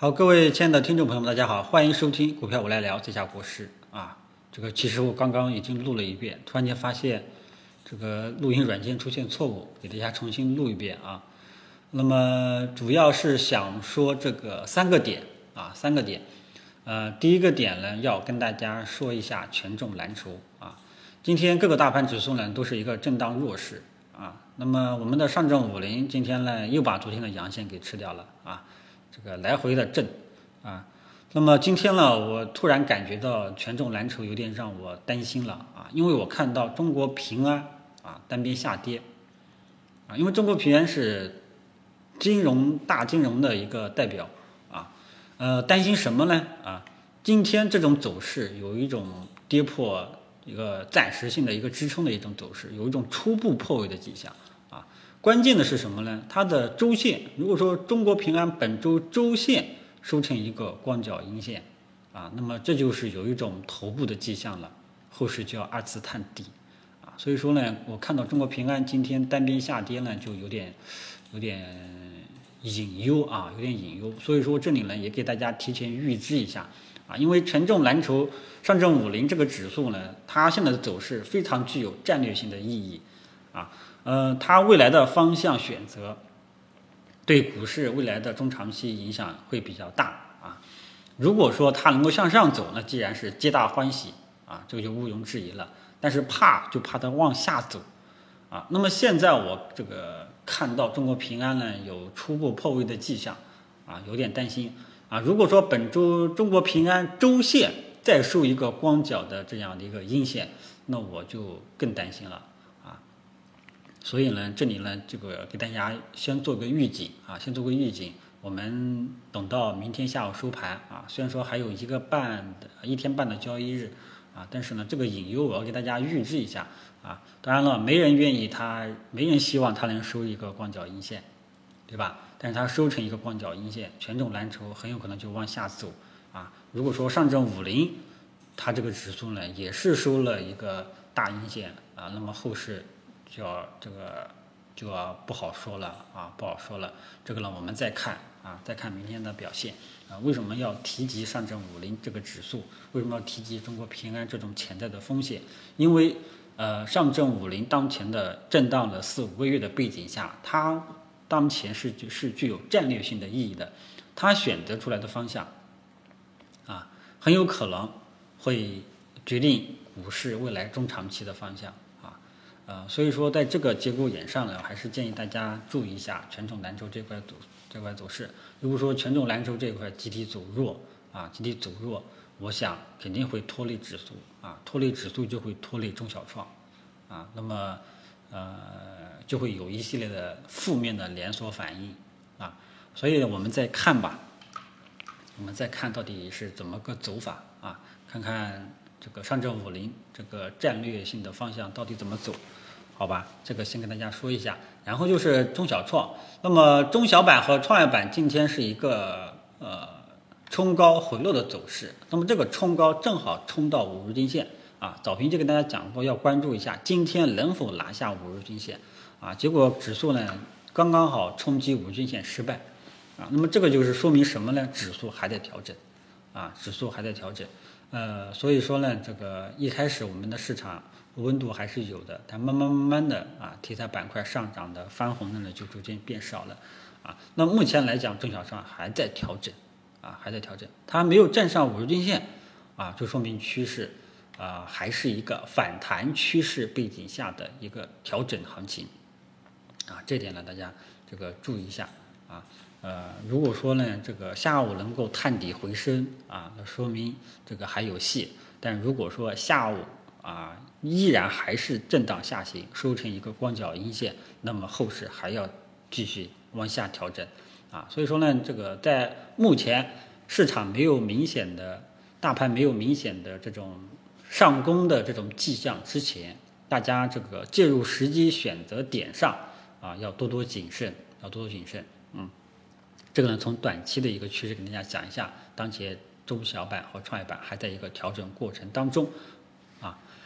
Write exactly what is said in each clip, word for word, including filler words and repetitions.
好，各位亲爱的听众朋友们，大家好，欢迎收听股票我来聊这下国事啊。这个其实我刚刚已经录了一遍，突然间发现这个录音软件出现错误，给大家重新录一遍啊。那么主要是想说这个三个点啊，三个点。呃，第一个点呢，要跟大家说一下权重蓝筹啊。今天各个大盘指数呢都是一个震荡弱势啊。那么我们的上证五零今天呢又把昨天的阳线给吃掉了啊。这个来回的震啊，那么今天呢，我突然感觉到权重蓝筹有点让我担心了啊，因为我看到中国平安啊单边下跌啊，因为中国平安是金融大金融的一个代表啊，呃，担心什么呢啊？今天这种走势有一种跌破一个暂时性的一个支撑的一种走势，有一种初步破位的迹象。关键的是什么呢？它的周线，如果说中国平安本周周线收成一个光脚阴线啊，那么这就是有一种头部的迹象了，后市就要二次探底啊。所以说呢，我看到中国平安今天单边下跌呢，就有点有点隐忧啊，有点隐忧。所以说这里呢，也给大家提前预知一下啊，因为权重蓝筹上证五零这个指数呢，它现在的走势非常具有战略性的意义啊。呃，它未来的方向选择对股市未来的中长期影响会比较大啊。如果说它能够向上走，那既然是皆大欢喜啊，这个就毋庸置疑了。但是怕就怕它往下走啊。那么现在我这个看到中国平安呢有初步破位的迹象啊，有点担心啊。如果说本周中国平安周线再收一个光脚的这样的一个阴线，那我就更担心了。所以呢，这里呢，这个给大家先做个预警啊，先做个预警。我们等到明天下午收盘啊，虽然说还有一个半的一天半的交易日啊，但是呢，这个隐忧我要给大家预知一下啊。当然了，没人愿意它，没人希望它能收一个光脚阴线，对吧？但是它收成一个光脚阴线，权重蓝筹很有可能就往下走啊。如果说上证五零它这个指数呢也是收了一个大阴线啊，那么后市就要这个就要不好说了啊，不好说了。这个呢，我们再看啊，再看明天的表现啊。为什么要提及上证五零这个指数？为什么要提及中国平安这种潜在的风险？因为呃，上证五零当前的震荡了四五个月的背景下，它当前是是具有战略性的意义的。它选择出来的方向啊，很有可能会决定股市未来中长期的方向。呃，所以说在这个节骨眼上呢，还是建议大家注意一下权重蓝筹这块走这块走势。如果说权重蓝筹这块集体走弱啊，集体走弱，我想肯定会拖累指数啊，拖累指数就会拖累中小创啊，那么呃就会有一系列的负面的连锁反应啊，所以我们再看吧，我们再看到底是怎么个走法啊，看看这个上证五零这个战略性的方向到底怎么走。好吧，这个先跟大家说一下，然后就是中小创。那么中小板和创业板今天是一个呃冲高回落的走势，那么这个冲高正好冲到五日均线啊。早评就跟大家讲过，要关注一下今天能否拿下五日均线啊。结果指数呢刚刚好冲击五日均线失败啊。那么这个就是说明什么呢？指数还在调整啊，指数还在调整。呃，所以说呢，这个一开始我们的市场温度还是有的，但慢慢慢慢的啊，题材板块上涨的翻红的呢就逐渐变少了啊。那目前来讲，中小创还在调整啊，还在调整，它没有站上五日均线啊，就说明趋势啊还是一个反弹趋势背景下的一个调整行情啊，这点呢大家这个注意一下啊。呃，如果说呢，这个下午能够探底回升啊，那说明这个还有戏。但如果说下午啊依然还是震荡下行，收成一个光脚阴线，那么后市还要继续往下调整啊。所以说呢，这个在目前市场没有明显的大盘没有明显的这种上攻的这种迹象之前，大家这个介入时机选择点上啊要多多谨慎，要多多谨慎，嗯。这个呢，从短期的一个趋势跟大家讲一下，当前中小板和创业板还在一个调整过程当中，啊，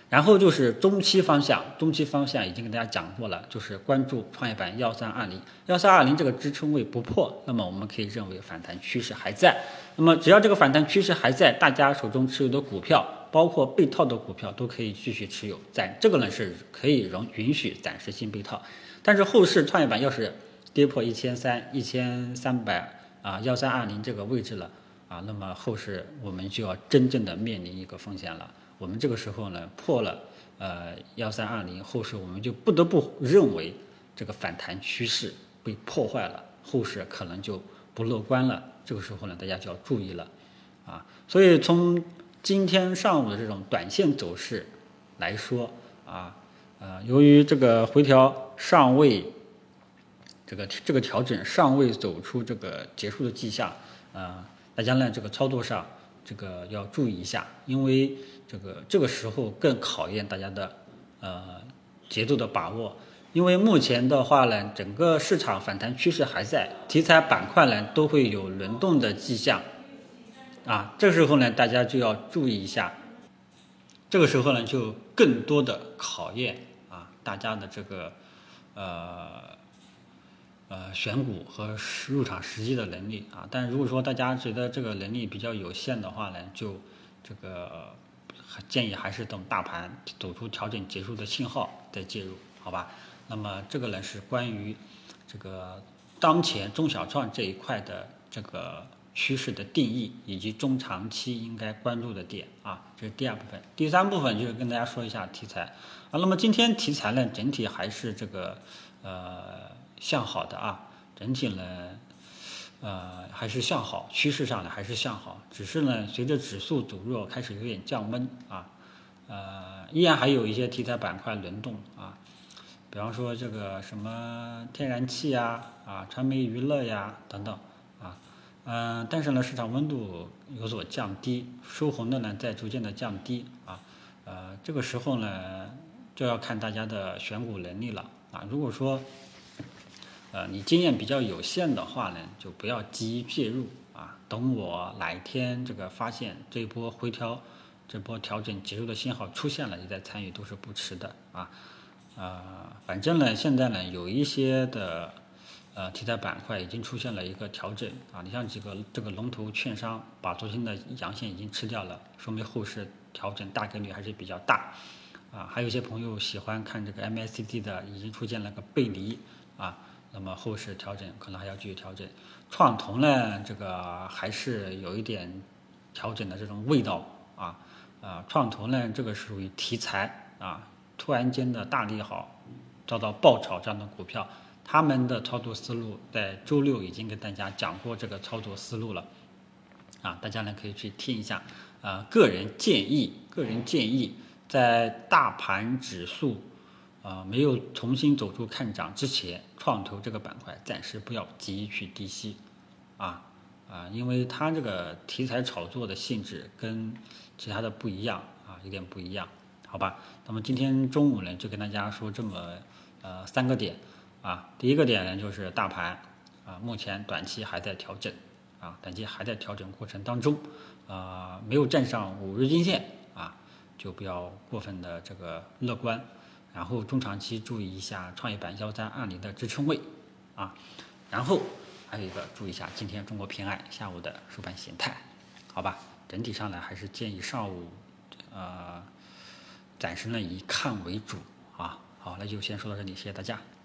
然后就是中期方向，中期方向已经跟大家讲过了，就是关注创业板幺三二零，幺三二零这个支撑位不破，那么我们可以认为反弹趋势还在。那么只要这个反弹趋势还在，大家手中持有的股票，包括被套的股票都可以继续持有，暂这个呢是可以容允许暂时性被套。但是后市创业板要是跌破一千三、一千三百啊幺三二零这个位置了啊，那么后市我们就要真正的面临一个风险了。我们这个时候呢破了呃幺三二零，后市我们就不得不认为这个反弹趋势被破坏了，后市可能就不乐观了。这个时候呢，大家就要注意了啊。所以从今天上午的这种短线走势来说啊，呃，由于这个回调尚未这个这个调整尚未走出这个结束的迹象，呃，大家呢这个操作上这个要注意一下，因为这个这个时候更考验大家的呃节奏的把握。因为目前的话呢，整个市场反弹趋势还在，题材板块呢都会有轮动的迹象啊，这时候呢大家就要注意一下，这个时候呢就更多的考验啊大家的这个呃呃选股和入场时机的能力啊。但如果说大家觉得这个能力比较有限的话呢，就这个建议还是等大盘走出调整结束的信号再介入，好吧？那么这个呢是关于这个当前中小创这一块的这个趋势的定义，以及中长期应该关注的点啊，这是第二部分。第三部分就是跟大家说一下题材啊。那么今天题材呢整体还是这个呃向好的啊，整体呢呃还是向好，趋势上呢还是向好，只是呢随着指数走弱开始有点降温啊，呃依然还有一些题材板块轮动啊。比方说这个什么天然气呀、啊、传媒娱乐呀等等啊，嗯、呃，但是呢，市场温度有所降低，收红的呢在逐渐的降低啊，呃，这个时候呢就要看大家的选股能力了啊。如果说呃你经验比较有限的话呢，就不要急于介入啊，等我哪一天这个发现这一波回调、这波调整结束的信号出现了，你再参与都是不迟的啊。呃，反正呢，现在呢有一些的呃题材板块已经出现了一个调整啊，你像几个这个龙头券商把昨天的阳线已经吃掉了，说明后市调整大概率还是比较大啊。还有一些朋友喜欢看这个 M A C D 的，已经出现了个背离啊，那么后市调整可能还要继续调整。创投呢，这个还是有一点调整的这种味道啊啊，创投呢这个属于题材啊。突然间的大利好，遭到爆炒这样的股票，他们的操作思路在周六已经跟大家讲过这个操作思路了，啊，大家呢可以去听一下。啊，个人建议，个人建议，在大盘指数啊没有重新走出看涨之前，创投这个板块暂时不要急于去低吸，啊啊，因为它这个题材炒作的性质跟其他的不一样啊，有点不一样。好吧，那么今天中午呢，就跟大家说这么呃三个点啊。第一个点呢，就是大盘啊，目前短期还在调整啊，短期还在调整过程当中啊，没有站上五日均线啊，就不要过分的这个乐观。然后中长期注意一下创业板幺三二零的支撑位啊，然后还有一个注意一下今天中国平安下午的收盘形态，好吧？整体上呢，还是建议上午呃。暂时呢以看为主啊，好，那就先说到这里，谢谢大家。